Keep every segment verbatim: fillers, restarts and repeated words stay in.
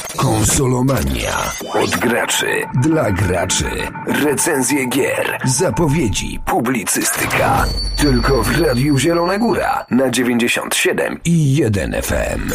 Konsolomania. Od graczy dla graczy. Recenzje gier, zapowiedzi, publicystyka. Tylko w Radiu Zielona Góra na dziewięćdziesiąt siedem i jeden F M.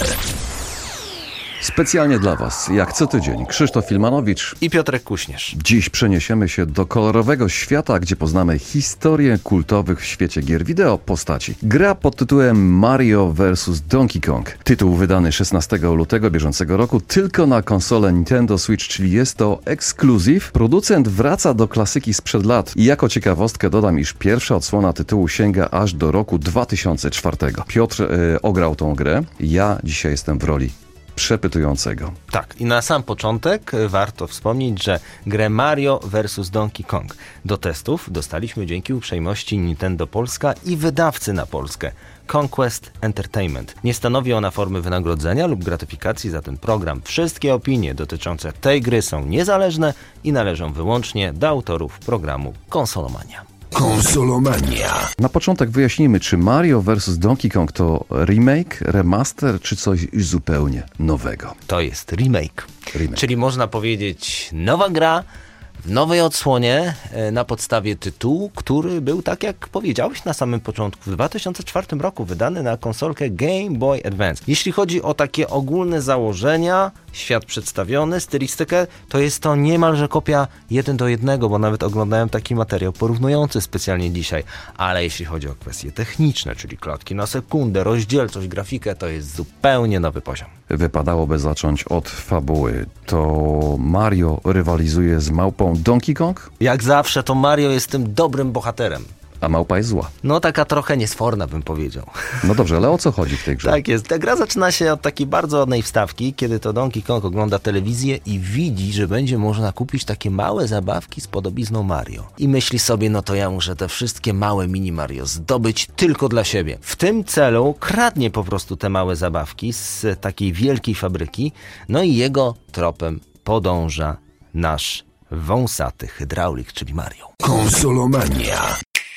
Specjalnie dla Was, jak co tydzień, Krzysztof Filmanowicz i Piotrek Kuśnierz. Dziś przeniesiemy się do kolorowego świata, gdzie poznamy historię kultowych w świecie gier wideo postaci. Gra pod tytułem Mario versus. Donkey Kong. Tytuł wydany szesnastego lutego bieżącego roku tylko na konsolę Nintendo Switch, czyli jest to ekskluzyw. Producent wraca do klasyki sprzed lat i jako ciekawostkę dodam, iż pierwsza odsłona tytułu sięga aż do roku dwa tysiące czwartego. Piotr yy, ograł tą grę, ja dzisiaj jestem w roli przepytującego. Tak, i na sam początek warto wspomnieć, że grę Mario versus. Donkey Kong do testów dostaliśmy dzięki uprzejmości Nintendo Polska i wydawcy na Polskę Conquest Entertainment. Nie stanowi ona formy wynagrodzenia lub gratyfikacji za ten program. Wszystkie opinie dotyczące tej gry są niezależne i należą wyłącznie do autorów programu Konsolomania. Konsolomania. Na początek wyjaśnijmy, czy Mario versus. Donkey Kong to remake, remaster, czy coś zupełnie nowego? To jest remake. remake. Czyli można powiedzieć nowa gra w nowej odsłonie na podstawie tytułu, który był, tak jak powiedziałeś na samym początku, w dwa tysiące czwartym roku wydany na konsolkę Game Boy Advance. Jeśli chodzi o takie ogólne założenia, świat przedstawiony, stylistykę, to jest to niemalże kopia jeden do jednego, bo nawet oglądałem taki materiał porównujący specjalnie dzisiaj. Ale jeśli chodzi o kwestie techniczne, czyli klatki na sekundę, rozdzielczość, grafikę, to jest zupełnie nowy poziom. Wypadałoby zacząć od fabuły. To Mario rywalizuje z małpą Donkey Kong? Jak zawsze to Mario jest tym dobrym bohaterem. A małpa jest zła. No taka trochę niesforna, bym powiedział. No dobrze, ale o co chodzi w tej grze? Tak jest. Ta gra zaczyna się od takiej bardzo ładnej wstawki, kiedy to Donkey Kong ogląda telewizję i widzi, że będzie można kupić takie małe zabawki z podobizną Mario. I myśli sobie, no to ja muszę te wszystkie małe mini Mario zdobyć tylko dla siebie. W tym celu kradnie po prostu te małe zabawki z takiej wielkiej fabryki, no i jego tropem podąża nasz wąsaty hydraulik, czyli Mario. Konsolomania.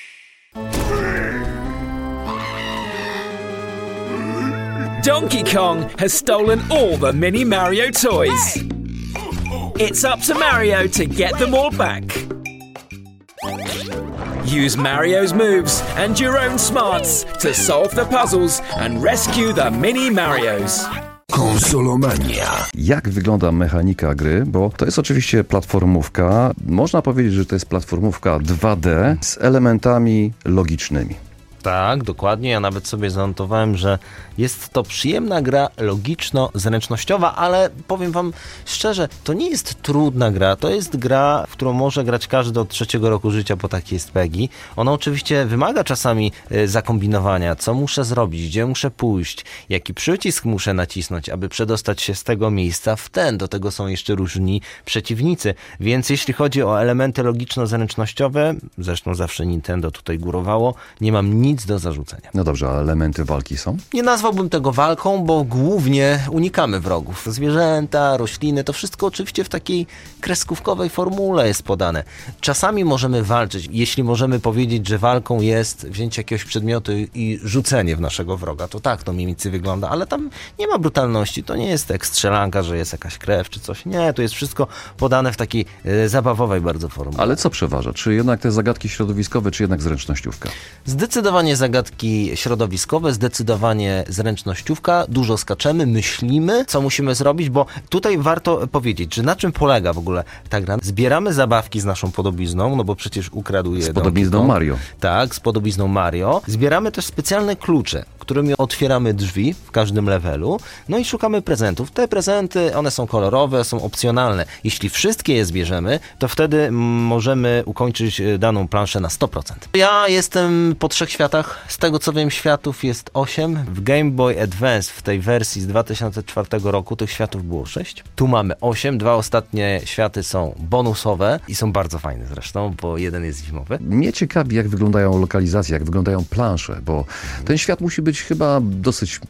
Donkey Kong has stolen all the mini Mario toys. It's up to Mario to get them all back. Use Mario's moves and your own smarts to solve the puzzles and rescue the mini Marios. Konsolomania. Jak wygląda mechanika gry? Bo to jest oczywiście platformówka. Można powiedzieć, że to jest platformówka dwa D z elementami logicznymi. Tak, dokładnie. Ja nawet sobie zanotowałem, że jest to przyjemna gra logiczno-zręcznościowa, ale powiem wam szczerze, to nie jest trudna gra. To jest gra, w którą może grać każdy od trzeciego roku życia, bo tak jest P E G I. Ona oczywiście wymaga czasami y, zakombinowania, co muszę zrobić, gdzie muszę pójść, jaki przycisk muszę nacisnąć, aby przedostać się z tego miejsca w ten. Do tego są jeszcze różni przeciwnicy. Więc jeśli chodzi o elementy logiczno-zręcznościowe, zresztą zawsze Nintendo tutaj górowało, nie mam nic do zarzucenia. No dobrze, a elementy walki są? Nie nazwałbym tego walką, bo głównie unikamy wrogów. Zwierzęta, rośliny, to wszystko oczywiście w takiej kreskówkowej formule jest podane. Czasami możemy walczyć, jeśli możemy powiedzieć, że walką jest wzięcie jakiegoś przedmiotu i rzucenie w naszego wroga, to tak to mniej więcej wygląda, ale tam nie ma brutalności, to nie jest jak strzelanka, że jest jakaś krew czy coś. Nie, to jest wszystko podane w takiej e, zabawowej bardzo formule. Ale co przeważa? Czy jednak te zagadki środowiskowe, czy jednak zręcznościówka? Zdecydowanie zagadki środowiskowe, zdecydowanie zręcznościówka, dużo skaczemy, myślimy, co musimy zrobić, bo tutaj warto powiedzieć, że na czym polega w ogóle ta gra. Zbieramy zabawki z naszą podobizną, no bo przecież ukradł je Z podobizną Mario. Tak, z podobizną Mario. Zbieramy też specjalne klucze, którymi otwieramy drzwi w każdym levelu, no i szukamy prezentów. Te prezenty, one są kolorowe, są opcjonalne. Jeśli wszystkie je zbierzemy, to wtedy możemy ukończyć daną planszę na sto procent. Ja jestem po trzech światach. Z tego co wiem, światów jest osiem. W Game Boy Advance w tej wersji z dwa tysiące czwartego roku tych światów było sześć. Tu mamy osiem. Dwa ostatnie światy są bonusowe i są bardzo fajne zresztą, bo jeden jest zimowy. Mnie ciekawi, jak wyglądają lokalizacje, jak wyglądają plansze, bo ten świat musi być chyba dosyć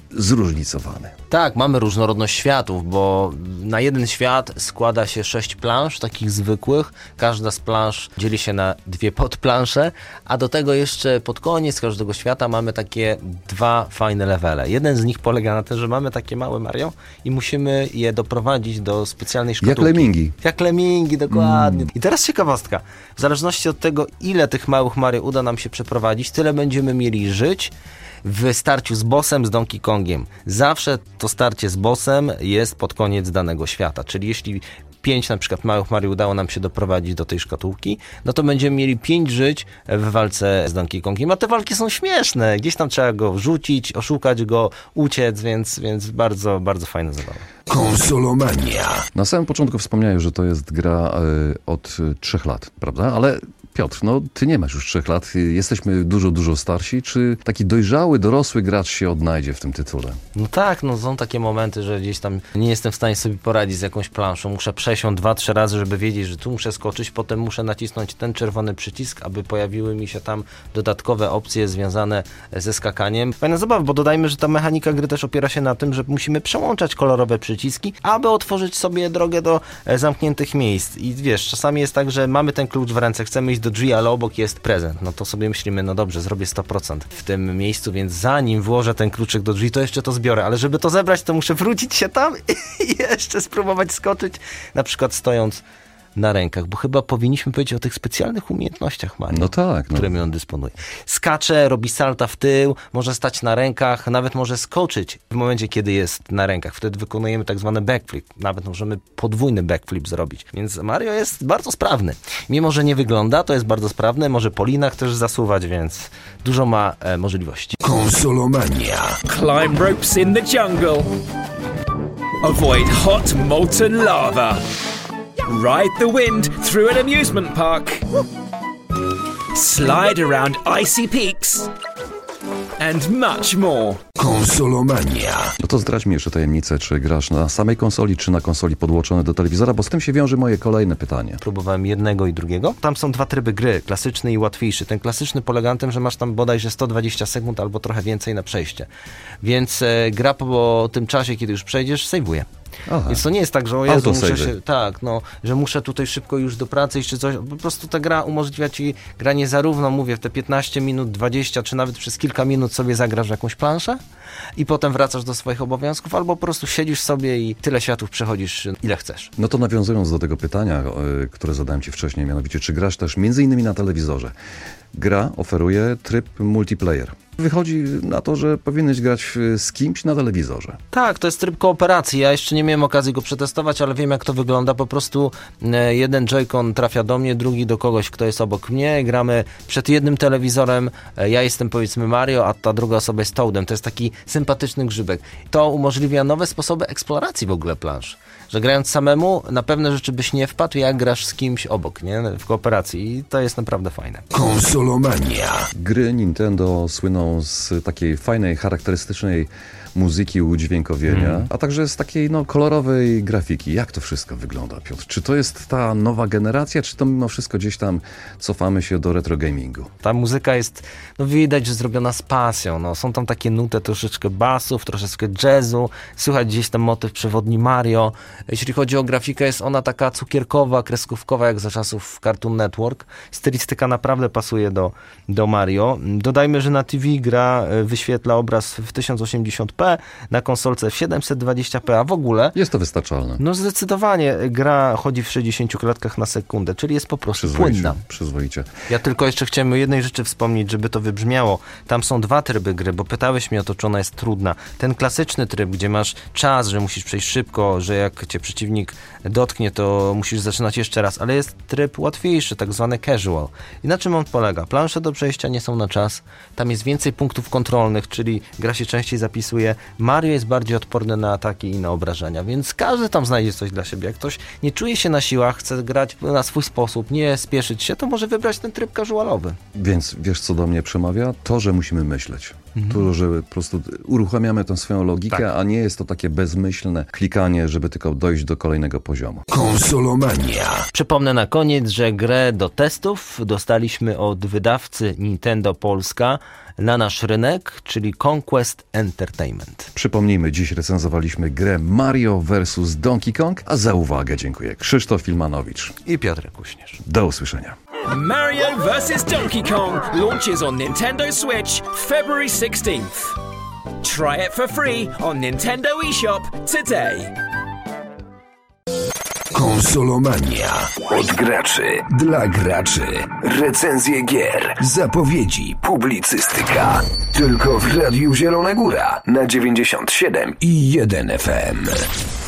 zróżnicowany. Tak, mamy różnorodność światów, bo na jeden świat składa się sześć plansz, takich zwykłych. Każda z plansz dzieli się na dwie podplansze, a do tego jeszcze pod koniec każdego świata mamy takie dwa fajne levele. Jeden z nich polega na tym, że mamy takie małe Mario i musimy je doprowadzić do specjalnej szkatułki. Jak lemingi. Jak lemingi, dokładnie. Mm. I teraz ciekawostka. W zależności od tego, ile tych małych Mario uda nam się przeprowadzić, tyle będziemy mieli żyć w starciu z bossem, z Donkey Kongiem. Zawsze to starcie z bossem jest pod koniec danego świata. Czyli jeśli pięć na przykład małych Mario udało nam się doprowadzić do tej szkatułki, no to będziemy mieli pięć żyć w walce z Donkey Kongiem. A te walki są śmieszne. Gdzieś tam trzeba go wrzucić, oszukać go, uciec, więc, więc bardzo, bardzo fajna zabawa. Konsolomania. Na samym początku wspomniałeś, że to jest gra y, od y, trzech lat, prawda? Ale Piotr, no ty nie masz już trzech lat, jesteśmy dużo, dużo starsi. Czy taki dojrzały, dorosły gracz się odnajdzie w tym tytule? No tak, no są takie momenty, że gdzieś tam nie jestem w stanie sobie poradzić z jakąś planszą. Muszę przejść ją dwa, trzy razy, żeby wiedzieć, że tu muszę skoczyć, potem muszę nacisnąć ten czerwony przycisk, aby pojawiły mi się tam dodatkowe opcje związane ze skakaniem. Fajna zabawa, bo dodajmy, że ta mechanika gry też opiera się na tym, że musimy przełączać kolorowe przyciski, aby otworzyć sobie drogę do zamkniętych miejsc. I wiesz, czasami jest tak, że mamy ten klucz w ręce, chcemy iść do drzwi, ale obok jest prezent. No to sobie myślimy, no dobrze, zrobię sto procent w tym miejscu, więc zanim włożę ten kluczyk do drzwi, to jeszcze to zbiorę, ale żeby to zebrać, to muszę wrócić się tam i jeszcze spróbować skoczyć, na przykład stojąc na rękach, bo chyba powinniśmy powiedzieć o tych specjalnych umiejętnościach Mario, no tak, no. którymi on dysponuje. Skacze, robi salta w tył, może stać na rękach, nawet może skoczyć w momencie, kiedy jest na rękach. Wtedy wykonujemy tak zwany backflip. Nawet możemy podwójny backflip zrobić. Więc Mario jest bardzo sprawny. Mimo że nie wygląda, to jest bardzo sprawny. Może po linach też zasuwać, więc dużo ma e, możliwości. Konsolomania. Climb ropes in the jungle. Avoid hot molten lava. Ride the wind through an amusement park. Slide around icy peaks. And much more. Konsolomania. No to zdradź mi jeszcze tajemnicę, czy grasz na samej konsoli, czy na konsoli podłączone do telewizora, bo z tym się wiąże moje kolejne pytanie. Próbowałem jednego i drugiego. Tam są dwa tryby gry, klasyczny i łatwiejszy. Ten klasyczny polega na tym, że masz tam bodajże sto dwadzieścia sekund albo trochę więcej na przejście. Więc e, gra po tym czasie, kiedy już przejdziesz, sejwuje. Aha. Więc to nie jest tak, że o Jezu, muszę się, tak, no, że muszę tutaj szybko już do pracy iść czy coś. Po prostu ta gra umożliwia ci granie zarówno, mówię, w te piętnaście minut, dwadzieścia, czy nawet przez kilka minut sobie zagrasz w jakąś planszę i potem wracasz do swoich obowiązków, albo po prostu siedzisz sobie i tyle światów przechodzisz, ile chcesz. No to nawiązując do tego pytania, które zadałem ci wcześniej, mianowicie, czy grasz też między innymi na telewizorze? Gra oferuje tryb multiplayer. Wychodzi na to, że powinieneś grać z kimś na telewizorze. Tak, to jest tryb kooperacji. Ja jeszcze nie miałem okazji go przetestować, ale wiem, jak to wygląda. Po prostu jeden Joy-Con trafia do mnie, drugi do kogoś, kto jest obok mnie. Gramy przed jednym telewizorem. Ja jestem, powiedzmy, Mario, a ta druga osoba jest Toadem. To jest taki sympatyczny grzybek. To umożliwia nowe sposoby eksploracji w ogóle plansz. Że grając samemu, na pewne rzeczy byś nie wpadł, jak grasz z kimś obok, nie? W kooperacji. I to jest naprawdę fajne. Konsolomania. Gry Nintendo słyną z takiej fajnej, charakterystycznej muzyki, udźwiękowienia, mm. a także z takiej no, kolorowej grafiki. Jak to wszystko wygląda, Piotr? Czy to jest ta nowa generacja, czy to mimo wszystko gdzieś tam cofamy się do retro gamingu? Ta muzyka jest, no widać, że zrobiona z pasją. No, są tam takie nuty troszeczkę basów, troszeczkę jazzu, słychać gdzieś tam motyw przewodni Mario. Jeśli chodzi o grafikę, jest ona taka cukierkowa, kreskówkowa, jak za czasów Cartoon Network. Stylistyka naprawdę pasuje do, do Mario. Dodajmy, że na T V gra wyświetla obraz w tysiąc osiemdziesiąt p, na konsolce w siedemset dwadzieścia p, a w ogóle... Jest to wystarczalne. No zdecydowanie. Gra chodzi w sześćdziesięciu klatkach na sekundę, czyli jest po prostu płynna. Przyzwoicie. Ja tylko jeszcze chciałem o jednej rzeczy wspomnieć, żeby to wybrzmiało. Tam są dwa tryby gry, bo pytałeś mnie o to, czy ona jest trudna. Ten klasyczny tryb, gdzie masz czas, że musisz przejść szybko, że jak cię przeciwnik dotknie, to musisz zaczynać jeszcze raz, ale jest tryb łatwiejszy, tak zwany casual. I na czym on polega? Plansze do przejścia nie są na czas, tam jest więcej punktów kontrolnych, czyli gra się częściej zapisuje. Mario jest bardziej odporny na ataki i na obrażenia, więc każdy tam znajdzie coś dla siebie. Jak ktoś nie czuje się na siłach, chce grać na swój sposób, nie spieszyć się, to może wybrać ten tryb casualowy. Więc wiesz, co do mnie przemawia? To, że musimy myśleć. Mhm. To, że po prostu uruchamiamy tą swoją logikę, tak. a nie jest to takie bezmyślne klikanie, żeby tylko dojść do kolejnego poziomu. Konsolomania. Przypomnę na koniec, że grę do testów dostaliśmy od wydawcy Nintendo Polska na nasz rynek, czyli Conquest Entertainment. Przypomnijmy, dziś recenzowaliśmy grę Mario versus. Donkey Kong, a za uwagę dziękuję Krzysztof Filmanowicz i Piotr Kuśnierz. Do usłyszenia. Mario versus. Donkey Kong launches on Nintendo Switch February sixteenth. Try it for free on Nintendo eShop today. Konsolomania. Od graczy dla graczy. Recenzje gier, zapowiedzi, publicystyka. Tylko w Radiu Zielona Góra na dziewięćdziesiąt siedem i jeden F M.